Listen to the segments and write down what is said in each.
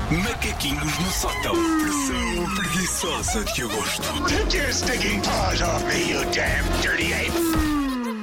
Macaquinhos no sótão. Pressão preguiçosa de agosto. Take your stinking paws off me, you damn dirty ape!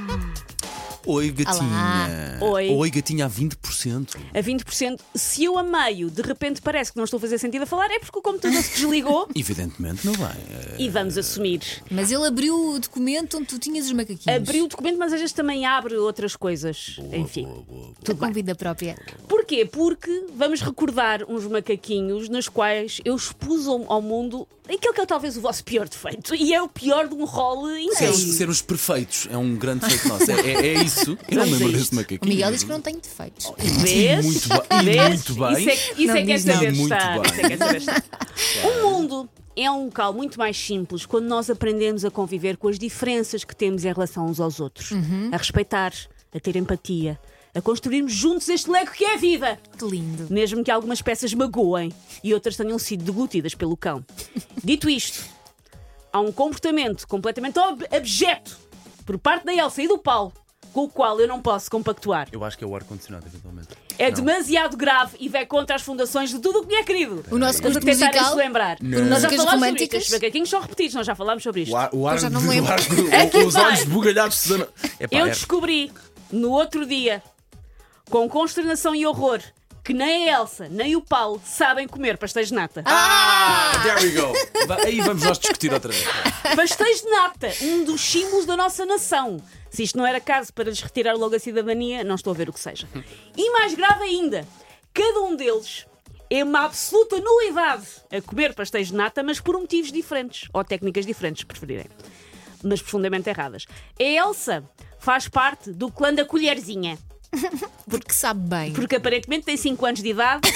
Oi, gatinha. Olá. Oi. Oi, gatinha, a 20%. A 20%, se eu a meio de repente parece que não estou a fazer sentido a falar, é porque o computador se desligou. Evidentemente não vai. E vamos assumir. Mas ele abriu o documento onde tu tinhas os macaquinhos. Abriu o documento, mas às vezes também abre outras coisas. Enfim. Tudo com vida própria. Porquê? Porque vamos recordar uns macaquinhos nos quais eu expus ao mundo aquilo que é talvez o vosso pior defeito. E é o pior de um rol inteiro. Sermos perfeitos é um grande feito nosso. É isso. Eu não Vamos a lembro isto. desse O macaquinho. Miguel diz que não tem defeitos. Vês? Muito bem. Vês? Muito bem. Isso é que é diz saber muito estar. bem. Isso é que é saber estar. O mundo é um local muito mais simples quando nós aprendemos a conviver com as diferenças que temos em relação uns aos outros. A respeitar, a ter empatia, a construirmos juntos este Lego que é a vida. Que lindo. Mesmo que algumas peças magoem e outras tenham sido deglutidas pelo cão. Dito isto, há um comportamento completamente abjeto por parte da Elsa e do Paulo com o qual eu não posso compactuar. Eu acho que é o ar-condicionado, eventualmente. É demasiado grave e vai contra as fundações de tudo o que é querido. O nosso Vamos curso tentar musical, lembrar. por Nós já músicas falámos sobre isto. românticas. Estes macaquinhos são repetidos, nós já falámos sobre isto. O ar já não me lembro. os olhos bugalhados de Susana. Epá, Eu descobri no outro dia, com consternação e horror, que nem a Elsa nem o Paulo sabem comer pastéis de nata. There we go. Aí vamos nós discutir outra vez. Pastéis de nata, um dos símbolos da nossa nação. Se isto não era caso para lhes retirar logo a cidadania, não estou a ver o que seja. E mais grave ainda, cada um deles é uma absoluta nulidade a comer pastéis de nata, mas por motivos diferentes, ou técnicas diferentes, se preferirem. Mas profundamente erradas. A Elsa faz parte do clã da colherzinha. Porque sabe bem. Porque aparentemente tem 5 anos de idade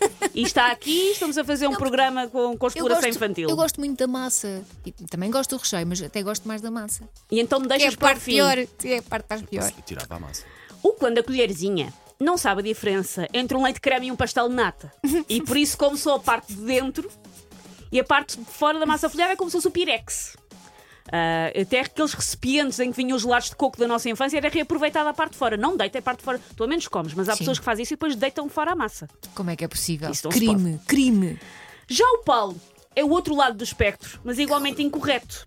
e está aqui. Estamos a fazer um programa com exploração infantil. Eu gosto muito da massa. E também gosto do recheio, mas até gosto mais da massa. E então me É deixas a para o parte fim. pior. É a parte mais pior. Eu tirava a massa. O clã da colherzinha não sabe a diferença entre um leite creme e um pastel de nata. E por isso, como só a parte de dentro e a parte de fora da massa folhada é como se fosse o pirex. Até aqueles recipientes em que vinham os gelados de coco da nossa infância era reaproveitada a parte de fora. Não deita a parte de fora, tu ao menos comes, mas há Sim. pessoas que fazem isso e depois deitam fora a massa. Como é que é possível? Isso não se Crime, crime. Já o Paulo é o outro lado do espectro, mas igualmente incorreto.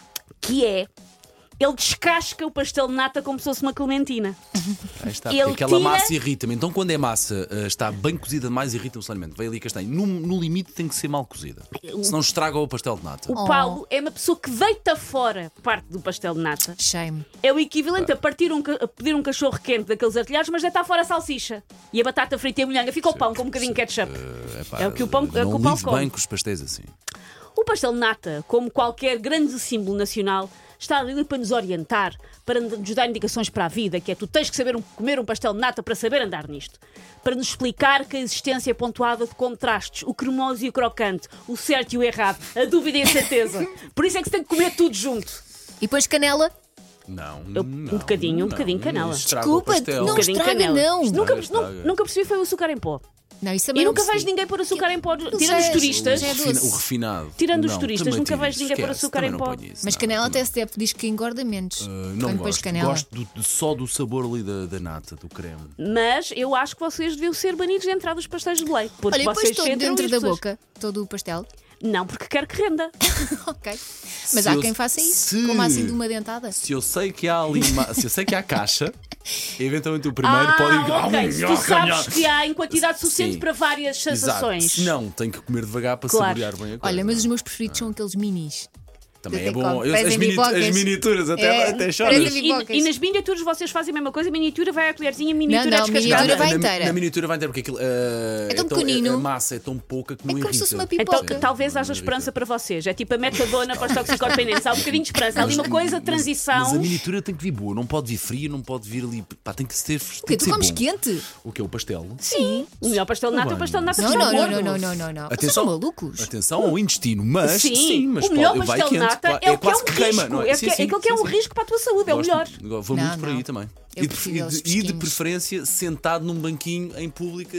Que é, ele descasca o pastel de nata como se fosse uma clementina. Aí está, Ele porque aquela tira- massa irrita-me. Então, quando é massa está bem cozida demais, irrita-me solenemente. Veio ali castanho. No limite, tem que ser mal cozida. Senão estraga o pastel de nata. O Paulo é uma pessoa que deita fora parte do pastel de nata. Shame. É o equivalente a pedir um cachorro quente daqueles artilhados, mas deitar fora a salsicha. E a batata frita e a molhanga. Fica o pão com um bocadinho de ketchup. Epá, É o que o Paulo não lido come. bem com os pastéis assim. O pastel de nata, como qualquer grande símbolo nacional, está ali para nos orientar, para nos dar indicações para a vida, que é tu tens que saber comer um pastel de nata para saber andar nisto. Para nos explicar que a existência é pontuada de contrastes, o cremoso e o crocante, o certo e o errado, a dúvida e a certeza. Por isso é que se tem que comer tudo junto. E depois canela? Não, Um bocadinho canela. Estraga Desculpa, o pastel. não bocadinho estraga, canela. não. Nunca percebi foi o açúcar em pó. Não, isso também E não nunca vais percebi. ninguém pôr açúcar em pó, já tirando os é- turistas. já é doce. O refinado. Tirando os Não, turistas, também nunca tiro vais isso, ninguém pôr esquece, açúcar também em não pó. ponho isso, Mas não, canela também até se deve, diz que engorda menos. não quando pões gosto. canela. Gosto só do sabor ali da nata, do creme. Mas eu acho que vocês deviam ser banidos de entrar dos pastéis de leite. Porque Olha, e depois vocês todo centram dentro as da pessoas. boca, todo o pastel. Não, porque quero que renda. Ok. Mas Se há eu- quem faça isso. se- Como assim de uma dentada? Se eu sei que há ali, se eu sei que há caixa, eventualmente o primeiro pode ir. ok. Se tu sabes que há em quantidade suficiente Sim. para várias sensações. Exato. Se não, tenho que comer devagar para Claro. saborear bem a coisa. Olha, mas os meus preferidos são aqueles minis. Também até é bom. como. As, Parecem pipocas. as miniaturas, até parecem choras. pipocas. E nas miniaturas vocês fazem a mesma coisa, a miniatura vai à colherzinha, a miniatura Não, é não, descascada. miniatura vai na, inteira. na miniatura vai inteira, porque aquilo É tão tão- pequenino. a massa é tão pouca que não como irrita. se fosse uma Então, pipoca. talvez haja esperança para vocês. É tipo a metadona para os toxicodependentes. Há um bocadinho de esperança. Há ali uma coisa de Mas a transição. miniatura tem que vir boa, não pode vir fria, não pode vir ali. Pá, tem que ser. O quê? Tem que Tu ser comes bom. quente? O que é o pastel? Sim. O melhor pastel de nata é o pastel de nata Não, que não, está não, gordo. não. Vocês são malucos? Atenção ao intestino, mas Sim, mas o melhor vai pastel de quente, nata claro, é o que é quase um que queima, risco. não É é? Sim, sim, aquilo que é um sim. risco para a tua saúde, é o Gosto- melhor. Vou Não, muito por aí não. também. Eu E prefiro os de fresquinhos. preferência sentado num banquinho em público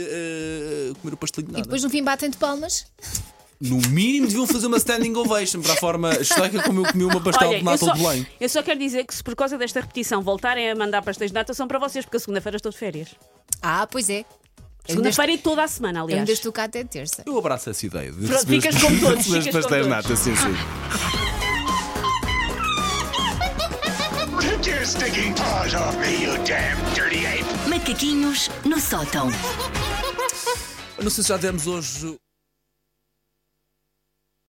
a comer o pastel de E nada. depois no fim batem de palmas? No mínimo deviam fazer uma standing ovation para a forma estoica como eu comi uma pastel Olha, de nata ou de Belém. eu só quero dizer que se por causa desta repetição voltarem a mandar pastéis de nata são para vocês, porque a segunda-feira estou de férias. Ah, pois é. Segunda-feira e toda a semana, Eu aliás. ainda estou cá até terça. Eu abraço essa ideia. De Pronto, receber ficas os- com todos, receber os ficas com pastéis de todos. nata, sim, sim. Take your stinking paws off me, you damn dirty ape! Macaquinhos no sótão. Não sei se já demos hoje